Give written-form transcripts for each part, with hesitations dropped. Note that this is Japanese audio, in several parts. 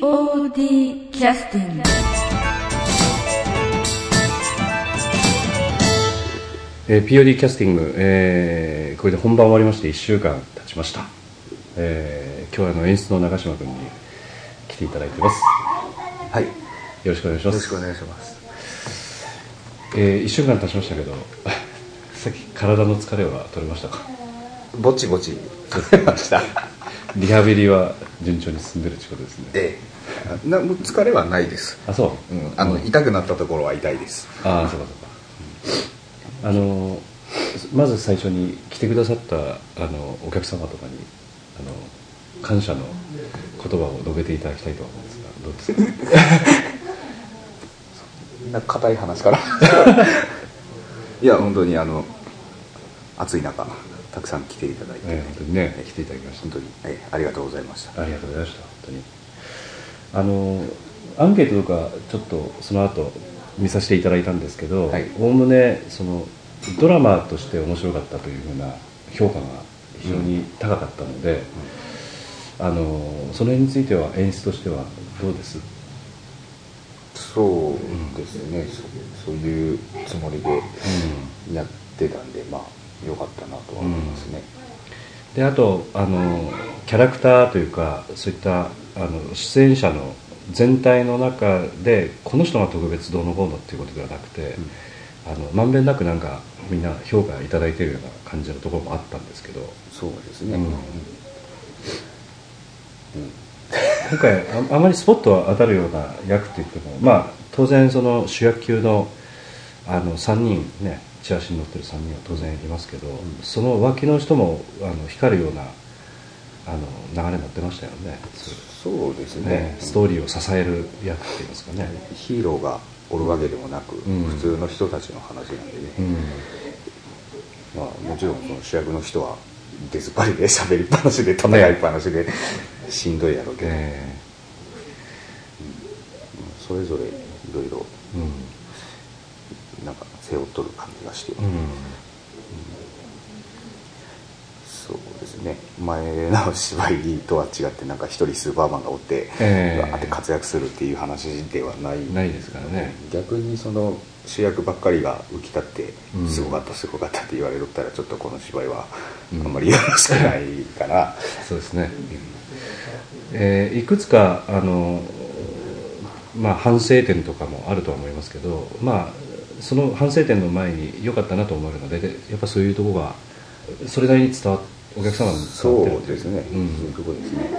POD キャスティング、 POD キャスティング、これで本番終わりまして1週間経ちました。今日は演出の長嶋君に来ていただいてます。 はい、よよろしくお願いします。 ろしくお願いします。 1週間経ちましたけどさっき体の疲れは取れましたか？ ぼちぼち取れましたリハビリは順調に進んでるってことですね。 もう疲れはないです。 あ、そう、 痛くなったところは痛いです。 ああ、そうかそうか。まず最初に来てくださったお客様とかに感謝の言葉を述べていただきたいと思うんですが、どうですか？ そんな硬い話からいや本当に暑い中たくさん来ていただいて、 本当にね、来ていただきました。 本当に、ありがとうございました。 ありがとうございました。本当にアンケートとかちょっとその後見させていただいたんですけど、おおむねそのドラマとして面白かったというふうな評価が非常に高かったので、その辺については演出としてはどうです？ そうですね、そういうつもりでやってたんで、まあ良かったなとは思いますね。 で、あとキャラクターというか、そういった出演者の全体の中でこの人が特別どうのこうのっていうことではなくて、まんべんなくなんかみんな評価いただいているような感じのところもあったんですけど。 そうですね、 今回あまりスポットは当たるような役って言っても、まあ当然その主役級の3人ね、チラシに載ってる3人は当然いますけど、その脇の人も光るような流れになってましたよね。 そうですね、 ストーリーを支える役って言いますかね。 ヒーローがおるわけでもなく、普通の人たちの話なんでね、まあ、もちろんその主役の人は出ずっぱりで喋りっぱなしで戦いっぱなしで、しんどいやろうけど、それぞれいろいろなんか背負っとる感じがして、そうですね、前の芝居とは違ってなんか一人スーパーマンがおって、わーって活躍するっていう話ではないですからね。 逆にその主役ばっかりが浮き立ってすごかったすごかったって言われるったら、ちょっとこの芝居はあんまりよろしくないかな。 そうですね、いくつか反省点とかもあるとは思いますけど、その反省点の前に良かったなと思えるので、やっぱそういうところがそれなりにお客様に伝わってる。 そうですね、そういうところですね。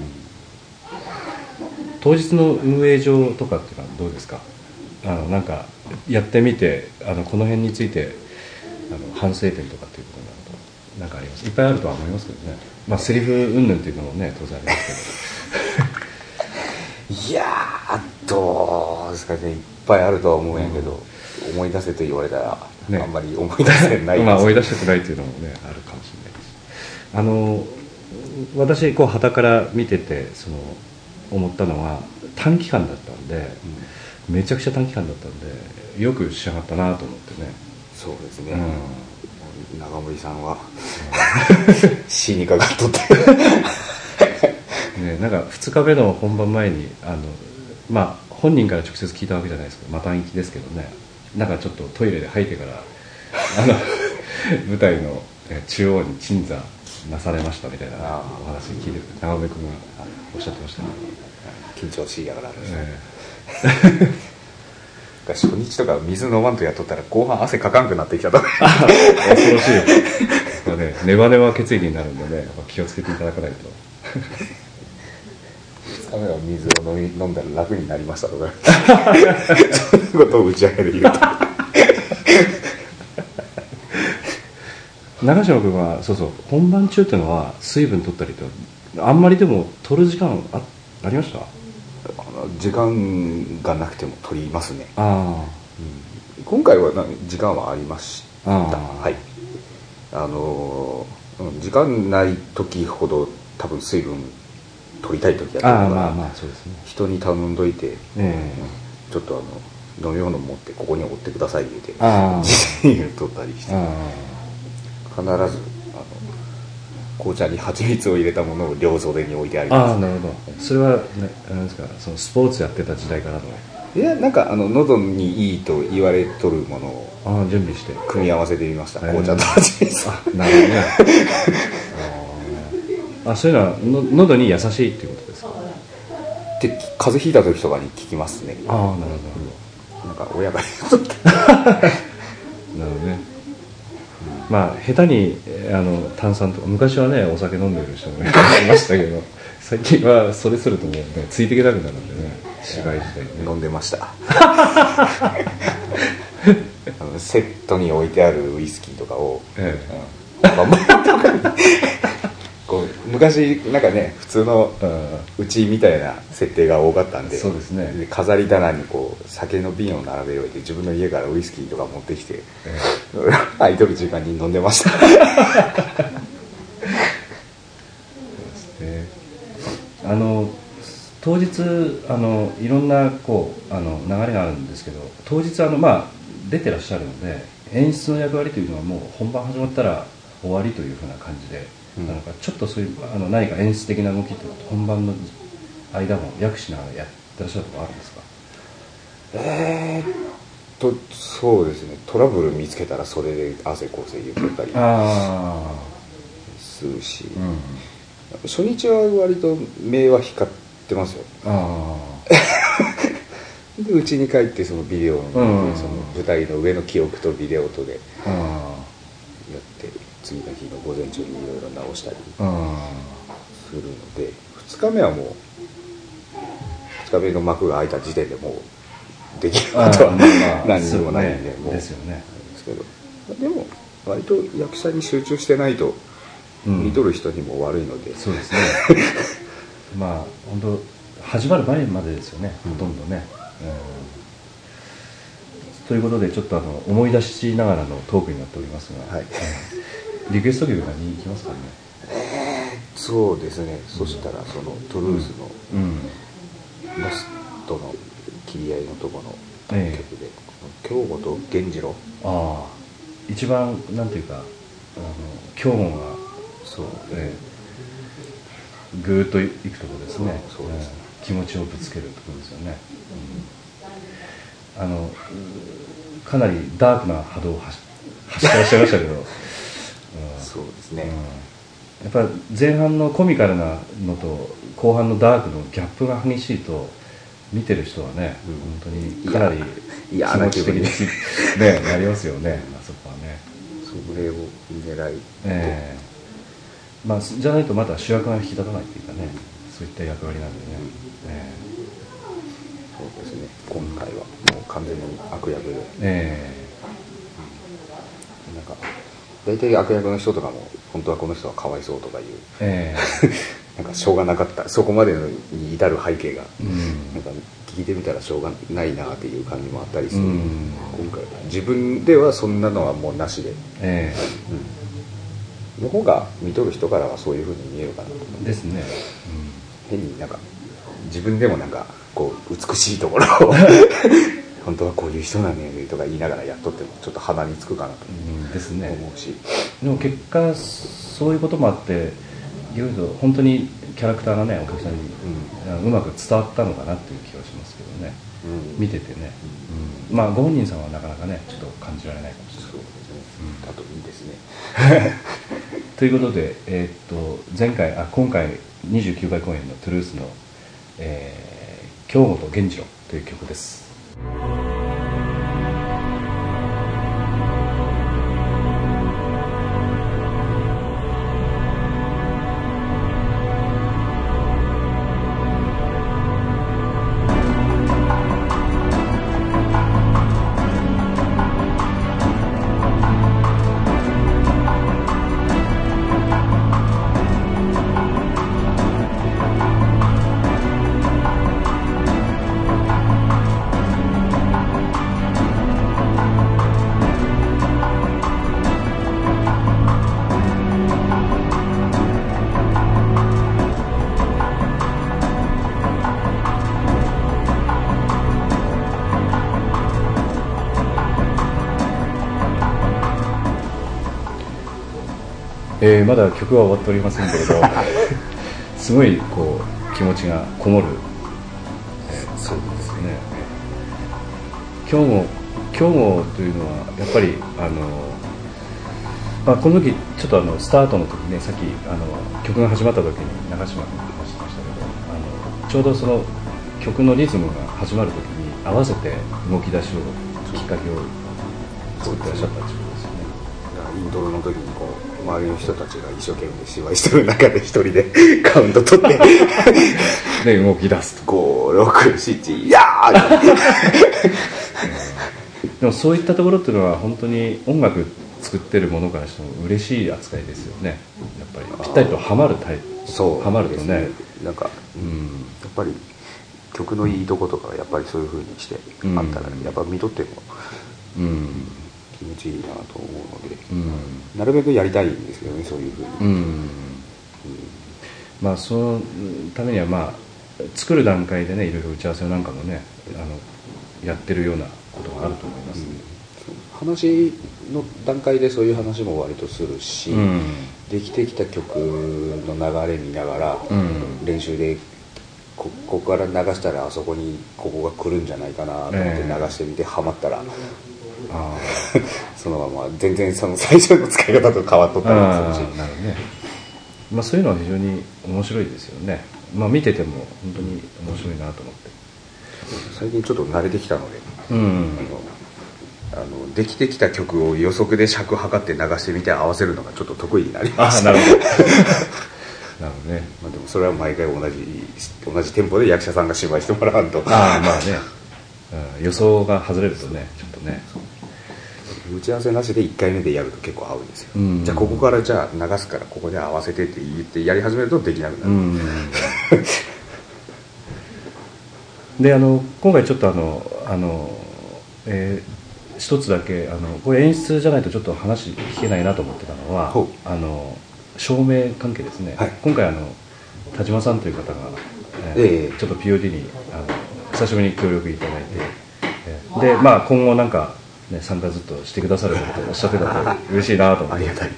当日の運営上とかっていうのはどうですか？なんかやってみてこの辺について反省点とかっていうことになると何かあります？いっぱいあるとは思いますけどね。セリフ云々っていうのもね当然ありますけどいやーどうですかね、いっぱいあるとは思うんやけど、思い出せと言われたら、あんまり思い出せないです。 思い出したくないっていうのもねあるかもしれないです。私傍から見てて思ったのは短期間だったんで、めちゃくちゃ短期間だったんでよく仕上がったなと思ってね。 そうですね、長森さんは死にかかっとってね、なんか2日目の本番前に本人から直接聞いたわけじゃないですけど、短期ですけどね、なんかちょっとトイレで吐いてから舞台の中央に鎮座なされましたみたいなお話聞いて長梅君がおっしゃってましたね。 緊張しいやから初日とか水飲まんとやっとったら後半汗かかんくなってきたと恐ろしいですかね。ネバネバ血液になるんでね、やっぱ気をつけていただかないと。 2日目は水を飲んだら楽になりましたとかそんなことを打ち上げで言うと長嶋君は本番中っていうのは水分取ったりとあんまりでも取る時間ありました？ 時間がなくても取りますね。今回は時間はありました。はい。時間ない時ほど多分水分取りたい時やと思うから、 そうですね、 人に頼んどいて、ちょっと飲み物持ってここに置ってください言うて事前に取ったりして、必ず紅茶に蜂蜜を入れたものを両袖に置いてありあます。 あ、なるほど。それは、ね、なんですか、そのスポーツやってた時代からの。 いや、なんか喉にいいと言われとるものを準備して組み合わせてみました。紅茶と蜂蜜。 あ、なるほどね。そういうのは喉に優しいっていうことですか。 って風邪ひいた時とかに聞きますね。 ああ、なるほど。 なんか親が言うとなるほどね。まあ下手に炭酸とか、昔はねお酒飲んでる人もいましたけど、最近はそれするともうねついていけなくなるんでね、市街地で、ね、 飲んでましたセットに置いてあるウイスキーとかを、こう昔なんかね普通のうちみたいな設定が多かったんで、 そうですね、 で飾り棚にこう酒の瓶を並べておいて、自分の家からウイスキーとか持ってきて、空いとる時間に飲んでました当日いろんなこう流れがあるんですけど、当日出てらっしゃるので、演出の役割というのはもう本番始まったら終わりというふうな感じで、なんかちょっとそういう何か演出的な動きって本番の間も訳しながらやってらっしゃるところあるんですか。 そうですね、トラブル見つけたらそれで汗こうせ言ったりするし、初日は割と目は光ってますよ。でうちに帰ってそのビデオの、その舞台の上の記憶とビデオとでやって次の日の午前中にいろいろ直したりするので、2日目はもう2日目の幕が開いた時点でもうできることは何にもないんで、もうですけど、でも割と役者に集中してないと見とる人にも悪いので、 そうですねまあ本当始まる前までですよね、ほとんどね。ということでちょっと思い出しながらのトークになっておりますが、リクエスト曲何いきますかね。 そうですね、そしたらそのトゥルーズのラストの切り合いのとこの曲で、京吾と源次郎、 一番なんていうか京吾がそう、ぐーっといくところですね。そうですね、気持ちをぶつけるところですよね。かなりダークな波動を走ってらっしゃいましたけどそうですね、 やっぱり前半のコミカルなのと後半のダークのギャップが激しいと見てる人はね、本当にかなり気持ち的になりますよね、あそこはね。 それを狙い、 じゃないとまた主役が引き立たないっていうかね、そういった役割なんでね。 そうですね、今回はもう完全に悪役で、なんか大体悪役の人とかも本当はこの人はかわいそうとかいう、なんかしょうがなかった、そこまでに至る背景が、なんか聞いてみたらしょうがないなっていう感じもあったりする、今回自分ではそんなのはもうなしで、の方が見とる人からはそういう風に見えるかなと思うんですね。変になんか自分でもなんかこう美しいところを本当はこういう人なんだよねとか言いながらやっとってもちょっと鼻につくかなと思うし、 でも結果そういうこともあっていろいろと本当にキャラクターがねお客さんにうまく伝わったのかなっていう気がしますけどね、見ててね、まあご本人さんはなかなかねちょっと感じられないかもしれない。そうですね、 だといいですねということで、今回29回公演のトゥルースの京吾と源次郎という曲です。 まだ曲は終わっておりませんけれどすごいこう気持ちがこもる、そうですね。今日もというのはやっぱりこの時ちょっとスタートの時ね、さっき曲が始まった時に長嶋君が話してましたけど、ちょうどその曲のリズムが始まる時に合わせて動き出しをきっかけを作ってらっしゃったんですよね。 イントロの時にこう周りの人たちが一生懸命芝居してる中で一人でカウント取ってで動き出すと 567やーでもそういったところっていうのは本当に音楽作ってるものからしても嬉しい扱いですよね。やっぱりぴったりとハマるタイプ、 そうハマるとね、 なんか、やっぱり曲のいいとことかやっぱりそういう風にしてあったら、やっぱ見とっても、気持ちいいなと思うので、なるべくやりたいんですけどね、そういう風に、 まあそのためにはまあ作る段階でね、いろいろ打ち合わせなんかもねやってるようなことがあると思います、 話の段階でそういう話も割とするし、できてきた曲の流れ見ながら、練習でここから流したらあそこにここが来るんじゃないかなと思って流してみて、ハマったらそのまま全然その最初の使い方と変わっとったりもするし、 なるほどね。まあそういうのは非常に面白いですよね。まあ見てても本当に面白いなと思って、 最近ちょっと慣れてきたので、できてきた曲を予測で尺測って流してみて合わせるのがちょっと得意になりました。 なるほどなるほどね。 まあでもそれは毎回同じテンポで役者さんが芝居してもらわんと、 まあね、予想が外れるとね、ちょっとね、 打ち合わせなしで1回目でやると結構合うんですよ、じゃあここからじゃあ流すからここで合わせてって言ってやり始めるとできなくなる、 で今回ちょっと一つだけこれ演出じゃないとちょっと話聞けないなと思ってたのは、照明関係ですね、今回田島さんという方が、ちょっと POD に久しぶりに協力いただいて、でまあ今後なんか参加ずっとしてくださることをおっしゃってたので嬉しいなと思って。ありがたい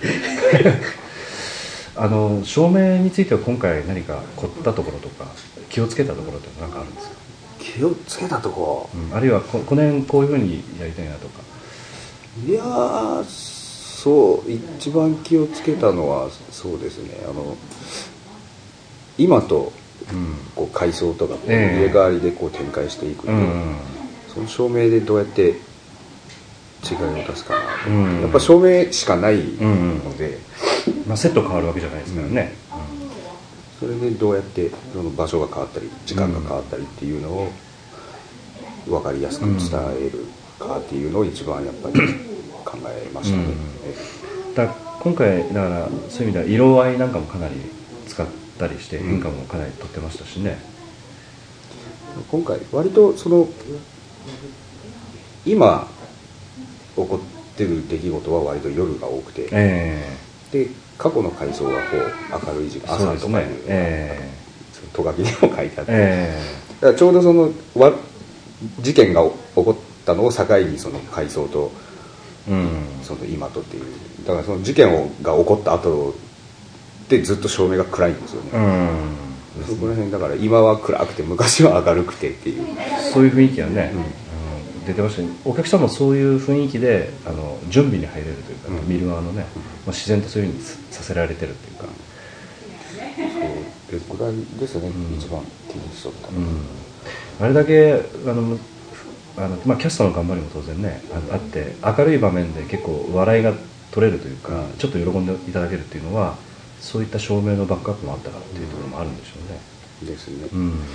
照明については今回何か凝ったところとか気をつけたところって何かあるんですか？ 気をつけたところ、 あるいはこの辺こういうふうにやりたいなとか。 いやー、そう一番気をつけたのはそうですね、今とこう階層とか入れ替わりでこう展開していくと、その照明でどうやって違いを出すかなと、やっぱ照明しかないので、 セット変わるわけじゃないですからね、 それでどうやってその場所が変わったり時間が変わったりっていうのを分かりやすく伝えるかっていうのを一番やっぱり考えましたね、 今回だからそういう意味では色合いなんかもかなり使ったりして変化もかなりとってましたしね、 今回割とその今起こってる出来事は割と夜が多くて、で過去の回想はこう明るい時間、朝とかいうと書きにも書いてあって、だからちょうどその事件が起こったのを境にその回想と、その今とっていう、だからその事件が起こった後でずっと照明が暗いんですよね、そこら辺だから今は暗くて昔は明るくてっていう、 そういう雰囲気がね、出てましたね。お客さんもそういう雰囲気で準備に入れるというか、見る側のね、自然とそういう風にさせられてるっていうか、 そうぐらいですね、一番気にしとった、 あれだけキャストの頑張りも当然ねあって、明るい場面で結構笑いが取れるというか、ちょっと喜んでいただけるっていうのは、そういった照明のバックアップもあったからっていうところもあるんでしょうね。 ですね。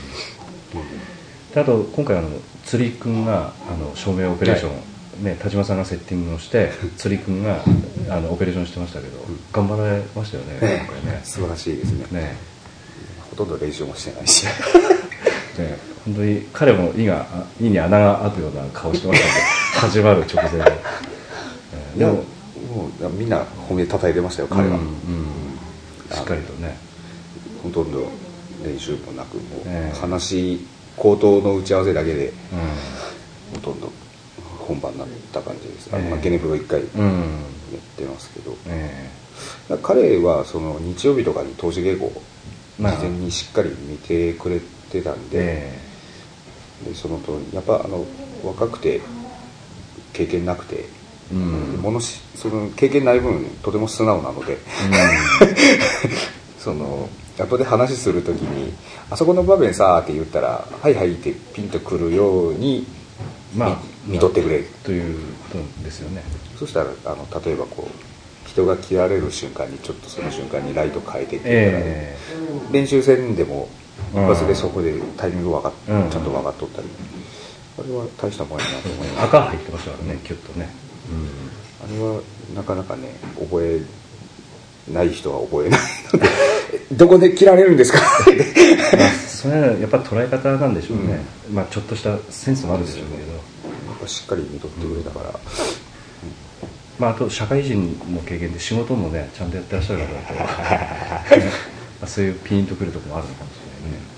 であと今回釣り君が照明オペレーション、田島さんがセッティングをして釣り君がオペレーションしてましたけど、頑張られましたよね、今回ね。 素晴らしいですね。ほとんど練習もしてないし本当に彼も胃に穴が開くような顔してましたけど始まる直前で、 でもうみんな褒めたたいてましたよ、彼は、 しっかりとね、 ほとんど練習もなく、もう口頭の打ち合わせだけで、ほとんど本番になった感じです。ゲネプロ1回やってますけど、 彼はその日曜日とかに投資稽古を事前にしっかり見てくれてたんで、でそのとやっぱ若くて経験なくて、その経験ない分とても素直なので、その後で話するときにあそこの場面さーって言ったらはいはいってピンとくるように、見とってくれということですよね。 そしたら例えばこう人が切られる瞬間にちょっとその瞬間にライト変えていってたら、練習戦でも一発でそこでタイミングちゃんと分かっとったり、あれは大したもんやなと思います。 赤入ってましたからね、キュッとね、 あれはなかなかね覚えない人は覚えないのでどこで切られるんですかそれはやっぱ捉え方なんでしょうね、ちょっとしたセンスもあるでしょうけど、やっぱしっかり見とってくれたから、 あと社会人の経験で仕事もねちゃんとやってらっしゃる方だとそういうピンとくるところもあるのかもしれないね。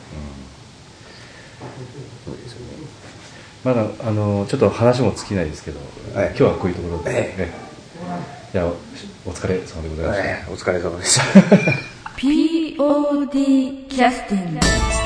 そうですよね。 まだちょっと話も尽きないですけど、今日はこういうところで、じゃあお疲れ様でございました。 お疲れ様でした。 POD キャスティング